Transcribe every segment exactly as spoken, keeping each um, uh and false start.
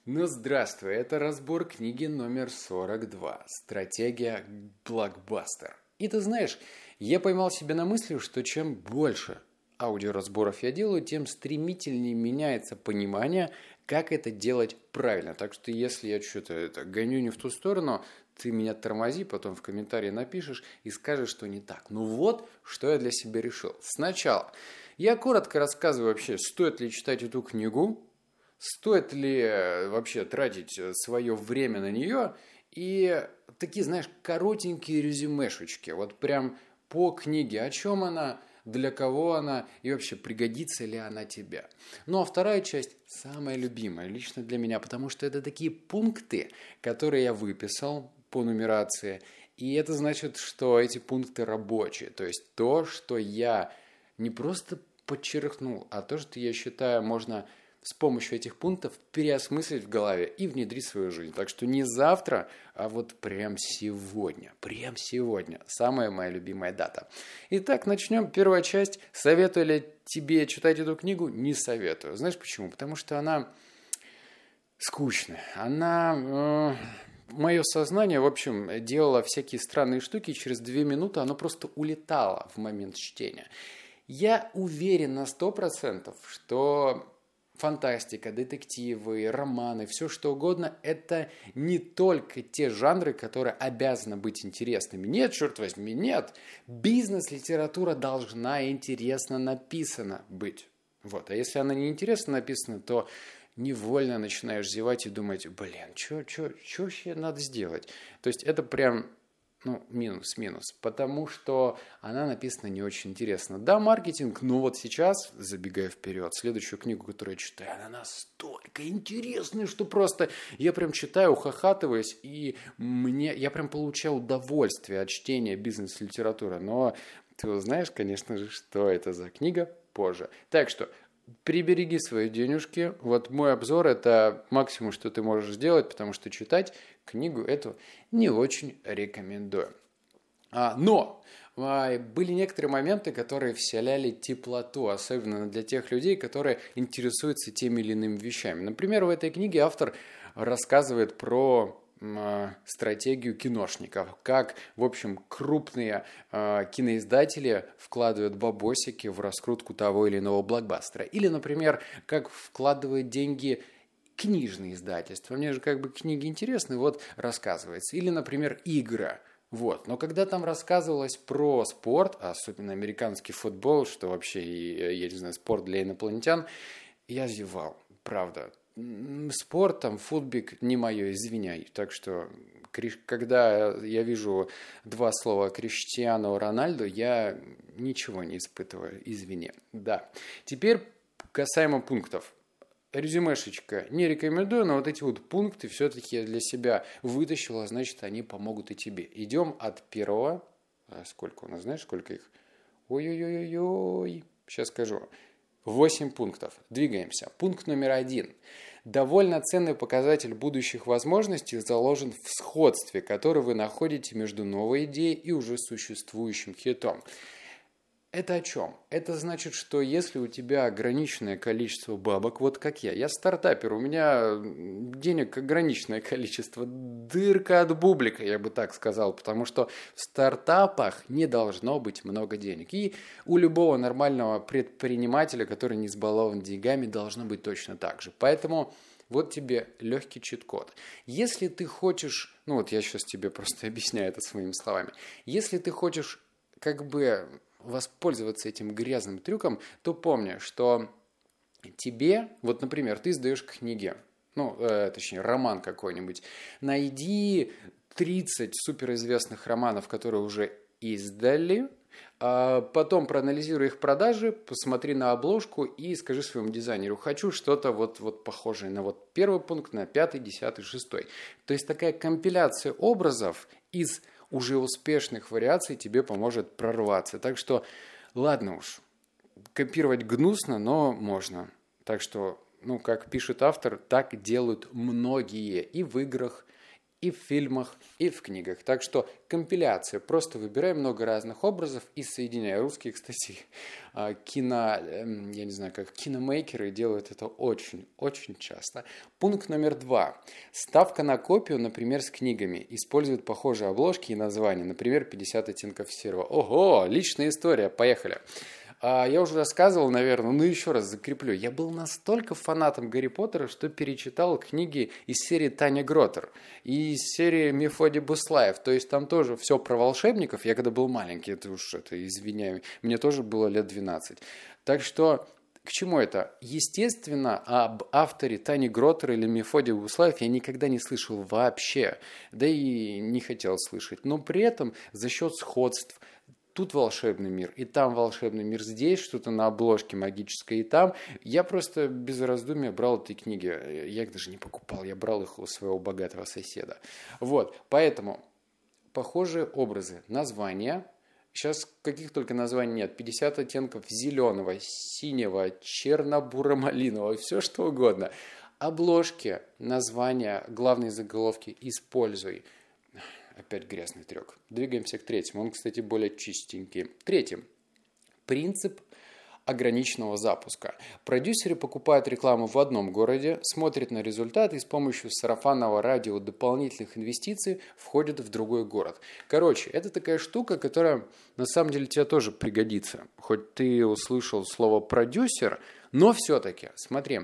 Ну, здравствуй, это разбор книги номер сорок два «Стратегия блокбастер». И ты знаешь, я поймал себя на мысли, что чем больше аудиоразборов я делаю, тем стремительнее меняется понимание, как это делать правильно. Так что если я что-то это, гоню не в ту сторону, ты меня тормози, потом в комментарии напишешь и скажешь, что не так. Ну вот, что я для себя решил. Сначала я коротко рассказываю вообще, стоит ли читать эту книгу, стоит ли вообще тратить свое время на нее, и такие, знаешь, коротенькие резюмешечки, вот прям по книге, о чем она, для кого она и вообще пригодится ли она тебе. Ну а вторая часть самая любимая лично для меня, потому что это такие пункты, которые я выписал по нумерации, и это значит, что эти пункты рабочие, то есть то, что я не просто подчеркнул, а то, что я считаю можно с помощью этих пунктов переосмыслить в голове и внедрить в свою жизнь. Так что не завтра, а вот прям сегодня. Прям сегодня. Самая моя любимая дата. Итак, начнем. Первая часть. Советую ли тебе читать эту книгу? Не советую. Знаешь почему? Потому что она скучная. Она... Э... Мое сознание, в общем, делало всякие странные штуки, и через две минуты оно просто улетало в момент чтения. Я уверен на сто процентов, что фантастика, детективы, романы, все что угодно – это не только те жанры, которые обязаны быть интересными. Нет, черт возьми, нет. Бизнес-литература должна интересно написана быть. Вот. А если она не интересно написана, то невольно начинаешь зевать и думать, блин, что вообще надо сделать? То есть это прям... Ну, минус-минус, потому что она написана не очень интересно. Да, маркетинг, но вот сейчас, забегая вперед, следующую книгу, которую я читаю, она настолько интересная, что просто я прям читаю, ухахатываюсь, и мне, я прям получаю удовольствие от чтения бизнес-литературы. Но ты узнаешь, конечно же, что это за книга позже. Так что прибереги свои денежки. Вот мой обзор – это максимум, что ты можешь сделать, потому что читать книгу эту не очень рекомендую. А, но а, были некоторые моменты, которые вселяли теплоту, особенно для тех людей, которые интересуются теми или иными вещами. Например, в этой книге автор рассказывает про стратегию киношников, как, в общем, крупные э, киноиздатели вкладывают бабосики в раскрутку того или иного блокбастера. Или, например, как вкладывают деньги книжные издательства. Мне же как бы книги интересны, вот рассказывается. Или, например, игры. Вот. Но когда там рассказывалось про спорт, особенно американский футбол, что вообще, я не знаю, спорт для инопланетян, я зевал, правда. Спорт, там, футбик не мое, извиняй. Так что, когда я вижу два слова Криштиану Рональду, я ничего не испытываю, извини. Да. Теперь касаемо пунктов. Резюмешечка не рекомендую, но вот эти вот пункты все-таки я для себя вытащил, а значит, они помогут и тебе. Идем от первого. А сколько у нас, знаешь, сколько их? Ой-ой-ой-ой. Сейчас скажу. Восемь пунктов. Двигаемся. Пункт номер один. Довольно ценный показатель будущих возможностей заложен в сходстве, которое вы находите между новой идеей и уже существующим хитом. Это о чем? Это значит, что если у тебя ограниченное количество бабок, вот как я, я стартапер, у меня денег ограниченное количество, дырка от бублика, я бы так сказал, потому что в стартапах не должно быть много денег. И у любого нормального предпринимателя, который не избалован деньгами, должно быть точно так же. Поэтому вот тебе легкий чит-код. Если ты хочешь, ну вот я сейчас тебе просто объясняю это своими словами, если ты хочешь как бы воспользоваться этим грязным трюком, то помни, что тебе, вот, например, ты сдаешь книги, ну, э, точнее, роман какой-нибудь, найди тридцать суперизвестных романов, которые уже издали, а потом проанализируй их продажи, посмотри на обложку и скажи своему дизайнеру, хочу что-то вот, вот похожее на вот первый пункт, на пятый, десятый, шестой. То есть такая компиляция образов из уже успешных вариаций тебе поможет прорваться. Так что, ладно уж, копировать гнусно, но можно. Так что, ну, как пишет автор, так делают многие и в играх, и в фильмах, и в книгах. Так что компиляция. Просто выбирай много разных образов и соединяй. Русские, кстати, кино, я не знаю, как киномейкеры делают это очень-очень часто. Пункт номер два. Ставка на копию, например, с книгами. Используют похожие обложки и названия. Например, пятьдесят оттенков серого. Ого, личная история. Поехали. Я уже рассказывал, наверное, но еще раз закреплю. Я был настолько фанатом Гарри Поттера, что перечитал книги из серии Таня Гротер и из серии Мефодий Буслаев. То есть там тоже все про волшебников. Я когда был маленький, это уж, это, извиняюсь, мне тоже было лет двенадцать. Так что, к чему это? Естественно, об авторе Тани Гротер или Мефодия Буслаев я никогда не слышал вообще. Да и не хотел слышать. Но при этом за счет сходств, тут волшебный мир, и там волшебный мир, здесь что-то на обложке магическое, и там. Я просто без раздумья брал эти книги. Я их даже не покупал, я брал их у своего богатого соседа. Вот, поэтому похожие образы, названия. Сейчас каких только названий нет. пятьдесят оттенков зеленого, синего, черно-буро-малинового, все что угодно. Обложки, названия, главные заголовки используй. Опять грязный трек. Двигаемся к третьему. Он, кстати, более чистенький. Третьим. Принцип ограниченного запуска. Продюсеры покупают рекламу в одном городе, смотрят на результат и с помощью сарафанного радио дополнительных инвестиций входят в другой город. Короче, это такая штука, которая на самом деле тебе тоже пригодится. Хоть ты услышал слово «продюсер», но все-таки, смотри,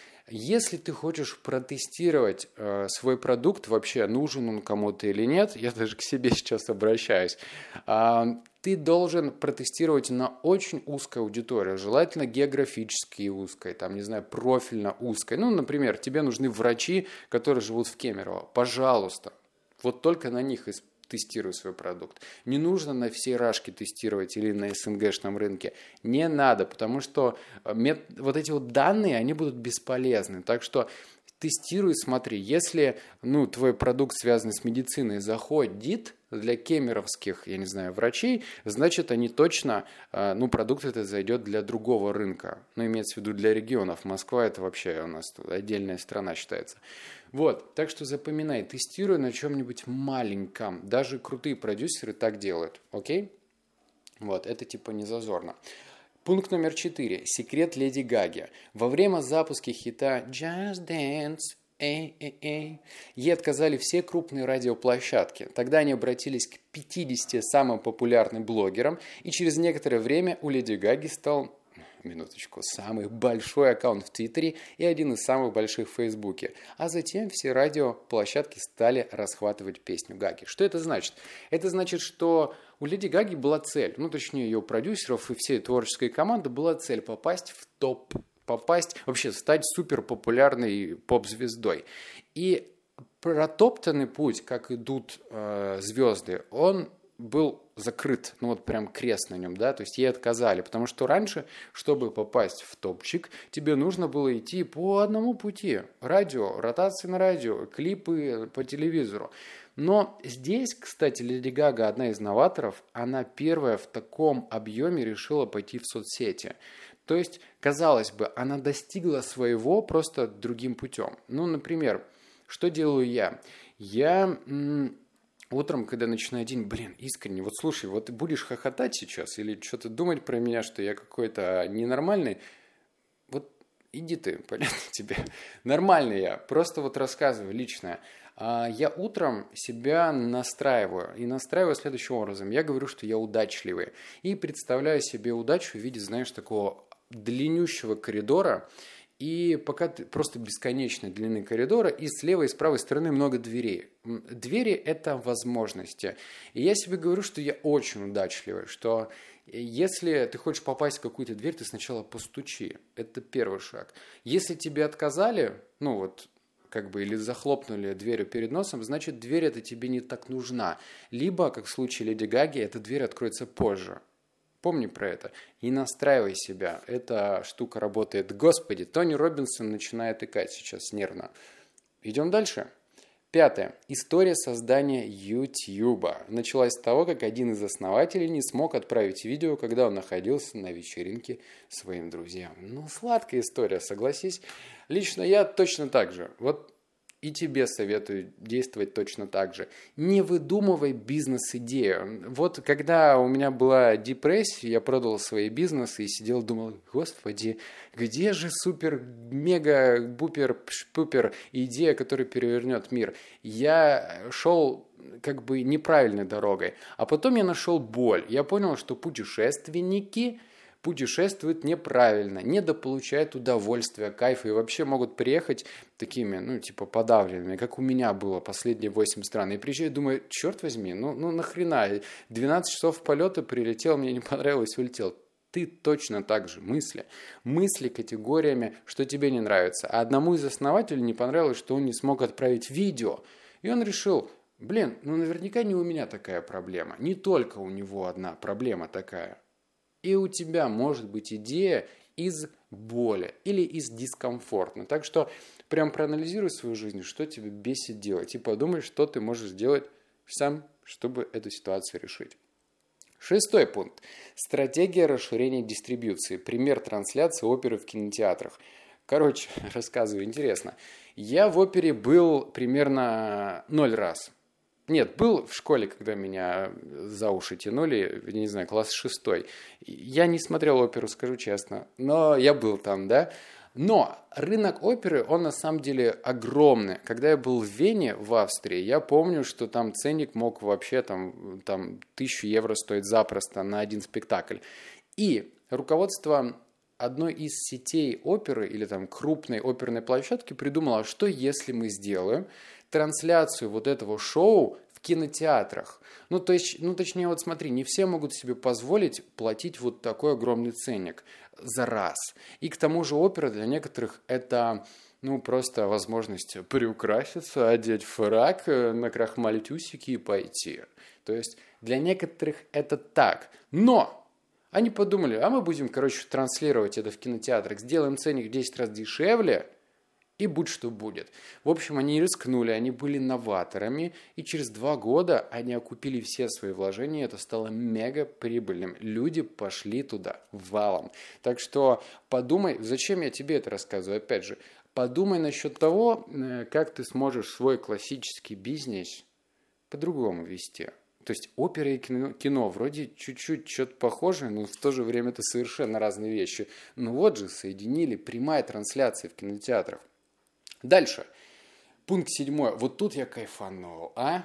если ты хочешь протестировать э, свой продукт, вообще нужен он кому-то или нет, я даже к себе сейчас обращаюсь, э, ты должен протестировать на очень узкой аудитории, желательно географически узкой, там, не знаю, профильно узкой. Ну, например, тебе нужны врачи, которые живут в Кемерово. Пожалуйста, вот только на них используй. Тестируй свой продукт. Не нужно на все рашки тестировать или на СНГшном рынке. Не надо, потому что мет... вот эти вот данные, они будут бесполезны. Так что тестируй, смотри. Если ну, твой продукт, связанный с медициной, заходит для кемеровских, я не знаю, врачей, значит, они точно, ну, продукт этот зайдет для другого рынка. Ну, имеется в виду для регионов. Москва – это вообще у нас отдельная страна считается. Вот, так что запоминай, тестируй на чем-нибудь маленьком. Даже крутые продюсеры так делают, окей? Вот, это типа не зазорно. Пункт номер четыре. Секрет Леди Гаги. Во время запуска хита «Just Dance», Эй, эй, эй. Ей отказали все крупные радиоплощадки. Тогда они обратились к пятидесяти самым популярным блогерам, и через некоторое время у Леди Гаги стал, минуточку, самый большой аккаунт в Твиттере и один из самых больших в Фейсбуке. А затем все радиоплощадки стали расхватывать песню Гаги. Что это значит? Это значит, что у Леди Гаги была цель, ну точнее ее продюсеров и всей творческой команды была цель попасть в топ, попасть, вообще стать суперпопулярной поп-звездой. И протоптанный путь, как идут э, звезды, он был закрыт, ну вот прям крест на нем, да, то есть ей отказали, потому что раньше, чтобы попасть в топчик, тебе нужно было идти по одному пути. Радио, ротации на радио, клипы по телевизору. Но здесь, кстати, Леди Гага, одна из новаторов, она первая в таком объеме решила пойти в соцсети. То есть, казалось бы, она достигла своего просто другим путем. Ну, например, что делаю я? Я м- утром, когда начинаю день, блин, искренне, вот слушай, вот ты будешь хохотать сейчас или что-то думать про меня, что я какой-то ненормальный, вот иди ты, понятно тебе. Нормальный я, просто вот рассказываю личное. Я утром себя настраиваю. И настраиваю следующим образом. Я говорю, что я удачливый. И представляю себе удачу в виде, знаешь, такого длиннющего коридора. И пока ты просто бесконечной длины коридора. И с левой и с правой стороны много дверей. Двери – это возможности. И я себе говорю, что я очень удачливый. Что если ты хочешь попасть в какую-то дверь, ты сначала постучи. Это первый шаг. Если тебе отказали, ну вот, как бы, или захлопнули дверью перед носом, значит, дверь эта тебе не так нужна. Либо, как в случае Леди Гаги, эта дверь откроется позже. Помни про это. И настраивай себя. Эта штука работает. Господи, Тони Робинсон начинает икать сейчас нервно. Идем дальше. Пятое. История создания Ютьюба. Началась с того, как один из основателей не смог отправить видео, когда он находился на вечеринке своим друзьям. Ну, сладкая история, согласись. Лично я точно так же. Вот И тебе советую действовать точно так же. Не выдумывай бизнес-идею. Вот когда у меня была депрессия, я продал свои бизнесы и сидел, думал, господи, где же супер-мега-бупер-пупер идея, которая перевернет мир? Я шел как бы неправильной дорогой. А потом я нашел боль. Я понял, что путешественники путешествуют неправильно, недополучают удовольствия, кайфа и вообще могут приехать такими, ну, типа подавленными, как у меня было последние восемь стран. И приезжаю, думаю, черт возьми, ну, ну нахрена, двенадцать часов полета прилетел, мне не понравилось, улетел. Ты точно так же мысли. Мысли категориями, что тебе не нравится. А одному из основателей не понравилось, что он не смог отправить видео. И он решил, блин, ну наверняка не у меня такая проблема. Не только у него одна проблема такая. И у тебя может быть идея из боли или из дискомфорта. Так что прям проанализируй свою жизнь, что тебе бесит делать. И подумай, что ты можешь сделать сам, чтобы эту ситуацию решить. Шестой пункт. Стратегия расширения дистрибьюции. Пример трансляции оперы в кинотеатрах. Короче, рассказываю, интересно. Я в опере был примерно ноль раз. Нет, был в школе, когда меня за уши тянули, не знаю, класс шестой. Я не смотрел оперу, скажу честно, но я был там, да. Но рынок оперы, он на самом деле огромный. Когда я был в Вене, в Австрии, я помню, что там ценник мог вообще там, там тысячу евро стоить запросто на один спектакль. И руководство одной из сетей оперы или там крупной оперной площадки придумало, что если мы сделаем трансляцию вот этого шоу в кинотеатрах. Ну, то есть, ну, точнее, вот смотри, не все могут себе позволить платить вот такой огромный ценник за раз. И к тому же опера для некоторых это, ну, просто возможность приукраситься, одеть фрак, накрахмалить усики и пойти. То есть для некоторых это так. Но они подумали, а мы будем, короче, транслировать это в кинотеатрах, сделаем ценник в десять раз дешевле, и будь что будет. В общем, они рискнули, они были новаторами, и через два года они окупили все свои вложения, это стало мега прибыльным. Люди пошли туда валом. Так что подумай, зачем я тебе это рассказываю, опять же, подумай насчет того, как ты сможешь свой классический бизнес по-другому вести. То есть опера и кино, кино вроде чуть-чуть что-то похожее, но в то же время это совершенно разные вещи. Ну вот же, соединили, прямая трансляция в кинотеатрах. Дальше. Пункт седьмой. Вот тут я кайфанул, а?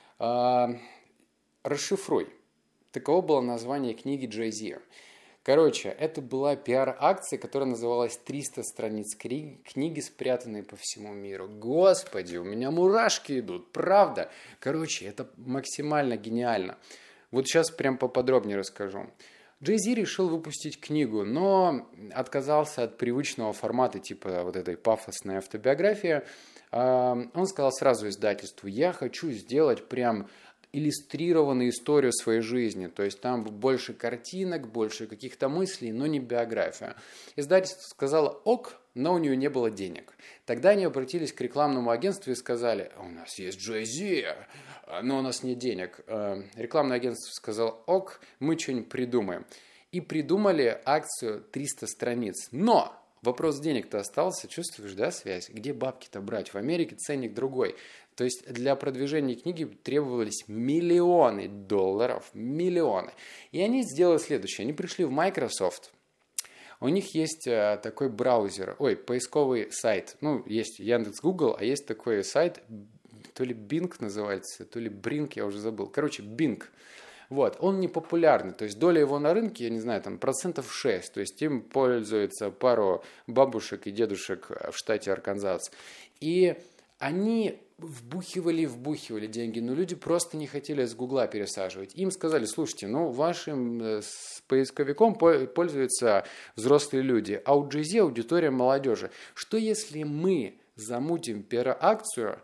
а расшифруй. Таково было название книги Jay-Z. Короче, это была пиар-акция, которая называлась триста страниц книги, спрятанные по всему миру. Господи, у меня мурашки идут, правда. Короче, это максимально гениально. Вот сейчас прям поподробнее расскажу. Jay-Z решил выпустить книгу, но отказался от привычного формата, типа вот этой пафосной автобиографии. Он сказал сразу издательству, я хочу сделать прям иллюстрированную историю своей жизни. То есть там больше картинок, больше каких-то мыслей, но не биография. Издательство сказало ок, но у нее не было денег. Тогда они обратились к рекламному агентству и сказали, у нас есть Jay-Z, но у нас нет денег. Рекламное агентство сказало ок, мы что-нибудь придумаем. И придумали акцию триста страниц. Но вопрос денег-то остался, чувствуешь, да, связь? Где бабки-то брать? В Америке ценник другой. То есть для продвижения книги требовались миллионы долларов, миллионы. И они сделали следующее. Они пришли в Microsoft. У них есть такой браузер, ой, поисковый сайт. Ну, есть Яндекс.Гугл, а есть такой сайт, то ли Bing называется, то ли Brink, я уже забыл. Короче, Bing. Вот, он не популярный, то есть доля его на рынке, я не знаю, там процентов шесть, то есть им пользуется пару бабушек и дедушек в штате Арканзас. И они вбухивали, вбухивали деньги, но люди просто не хотели с Гугла пересаживать. Им сказали, слушайте, ну вашим поисковиком пользуются взрослые люди, а у Jay-Z аудитория молодежи. Что если мы замутим пиар-акцию,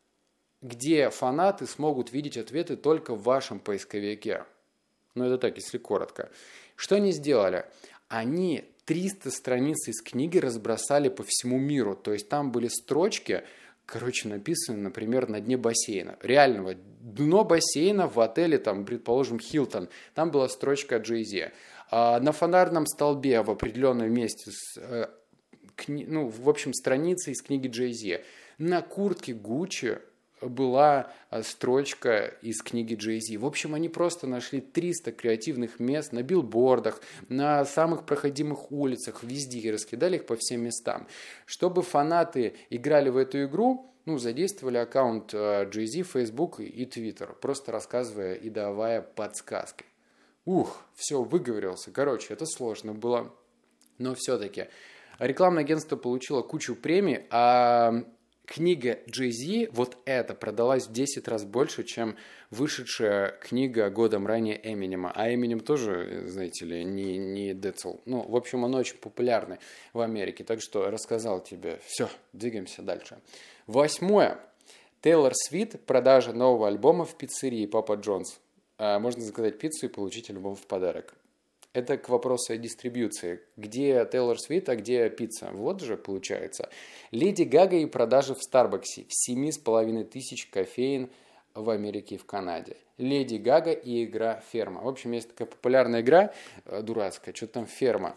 где фанаты смогут видеть ответы только в вашем поисковике? Ну это так, если коротко. Что они сделали? Они триста страниц из книги разбросали по всему миру, то есть там были строчки, короче, написано, например, на дне бассейна. Реального дно бассейна в отеле, там, предположим, Хилтон. Там была строчка Jay-Z. А на фонарном столбе в определенном месте, с, э, кни... ну, в общем, страница из книги Jay-Z. на куртке Гуччи была строчка из книги Jay-Z. В общем, они просто нашли триста креативных мест на билбордах, на самых проходимых улицах, везде, и раскидали их по всем местам. Чтобы фанаты играли в эту игру, ну, задействовали аккаунт Jay-Z, Facebook и Twitter, просто рассказывая и давая подсказки. Ух, все, выговорился. Короче, это сложно было, но все-таки. Рекламное агентство получило кучу премий, а книга Jay-Z, вот эта, продалась в десять раз больше, чем вышедшая книга годом ранее Эминема. А Эминем тоже, знаете ли, не, не Децл. Ну, в общем, он очень популярный в Америке, так что рассказал тебе. Все, двигаемся дальше. Восьмое. Тейлор Свифт, продажа нового альбома в пиццерии Папа Джонс. Можно заказать пиццу и получить альбом в подарок. Это к вопросу о дистрибьюции. Где Тейлор Свифт, а где пицца? Вот же получается. Леди Гага и продажи в Старбаксе. В семи с половиной тысяч кофеин в Америке и в Канаде. Леди Гага и игра «Ферма». В общем, есть такая популярная игра, дурацкая, что-то там «Ферма».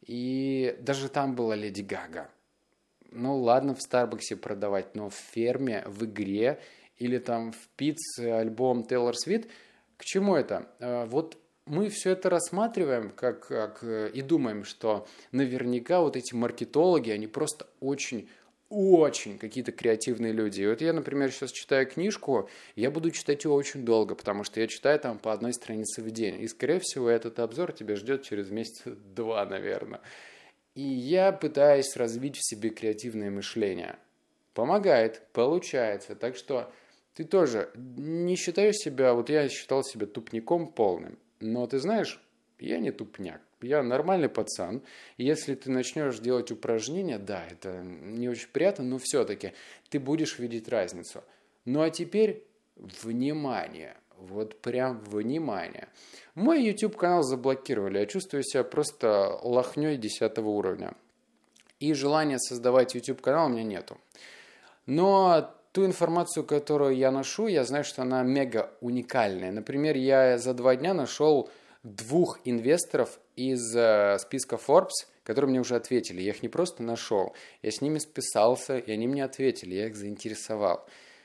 И даже там была Леди Гага. Ну ладно, в Старбаксе продавать, но в «Ферме», в игре или там в пицце альбом Тейлор Свифт. К чему это? Вот мы все это рассматриваем как, как, и думаем, что наверняка вот эти маркетологи, они просто очень-очень какие-то креативные люди. И вот я, например, сейчас читаю книжку, я буду читать ее очень долго, потому что я читаю там по одной странице в день. И, скорее всего, этот обзор тебя ждет через месяц-два, наверное. И я пытаюсь развить в себе креативное мышление. Помогает, получается. Так что ты тоже не считаешь себя, вот я считал себя тупником полным. Но ты знаешь, я не тупняк, я нормальный пацан. И если ты начнешь делать упражнения, да, это не очень приятно, но все-таки ты будешь видеть разницу. Ну а теперь внимание, вот прям внимание. Мой YouTube-канал заблокировали, я чувствую себя просто лохней десятого уровня. И желания создавать YouTube-канал у меня нету. Но ту информацию, которую я ношу, я знаю, что она мега уникальная. Например, я за два дня нашел двух инвесторов из э, списка Forbes, которые мне уже ответили. Я их не просто нашел, я с ними списался, и они мне ответили, я их заинтересовал.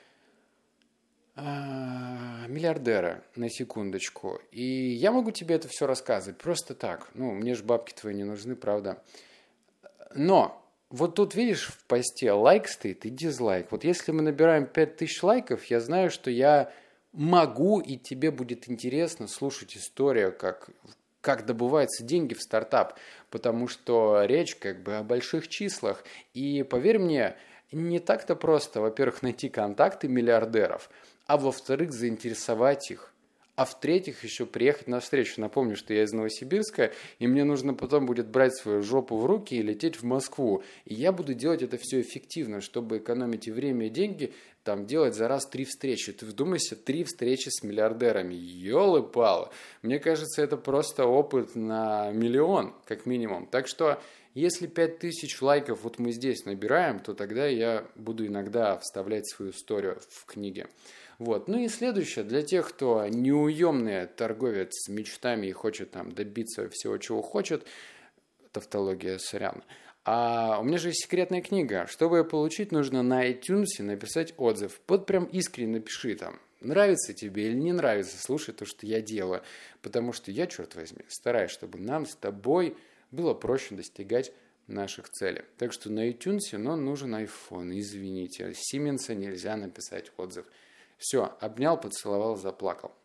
А, миллиардеры, на секундочку. И я могу тебе это все рассказывать просто так. Ну, мне же бабки твои не нужны, правда. Но вот тут, видишь, в посте лайк стоит и дизлайк. Вот если мы набираем пять тысяч лайков, я знаю, что я могу, и тебе будет интересно слушать историю, как, как добываются деньги в стартап. Потому что речь как бы о больших числах. И поверь мне, не так-то просто, во-первых, найти контакты миллиардеров, а во-вторых, заинтересовать их. А в-третьих, еще приехать на встречу. Напомню, что я из Новосибирска, и мне нужно потом будет брать свою жопу в руки и лететь в Москву. И я буду делать это все эффективно, чтобы экономить и время, и деньги, там, делать за раз три встречи. Ты вдумайся, три встречи с миллиардерами. Ёлы-палы. Мне кажется, это просто опыт на миллион, как минимум. Так что, если пять тысяч лайков вот мы здесь набираем, то тогда я буду иногда вставлять свою историю в книге. Вот. Ну и следующее, для тех, кто неуемный торговец с мечтами и хочет там добиться всего, чего хочет, тавтология, сорян. А у меня же есть секретная книга. Чтобы ее получить, нужно на iTunes написать отзыв. Вот прям искренне напиши там, нравится тебе или не нравится, слушай то, что я делаю. Потому что я, черт возьми, стараюсь, чтобы нам с тобой было проще достигать наших целей. Так что на iTunes, но нужен iPhone, извините. С Siemens нельзя написать отзыв. Все, обнял, поцеловал, заплакал.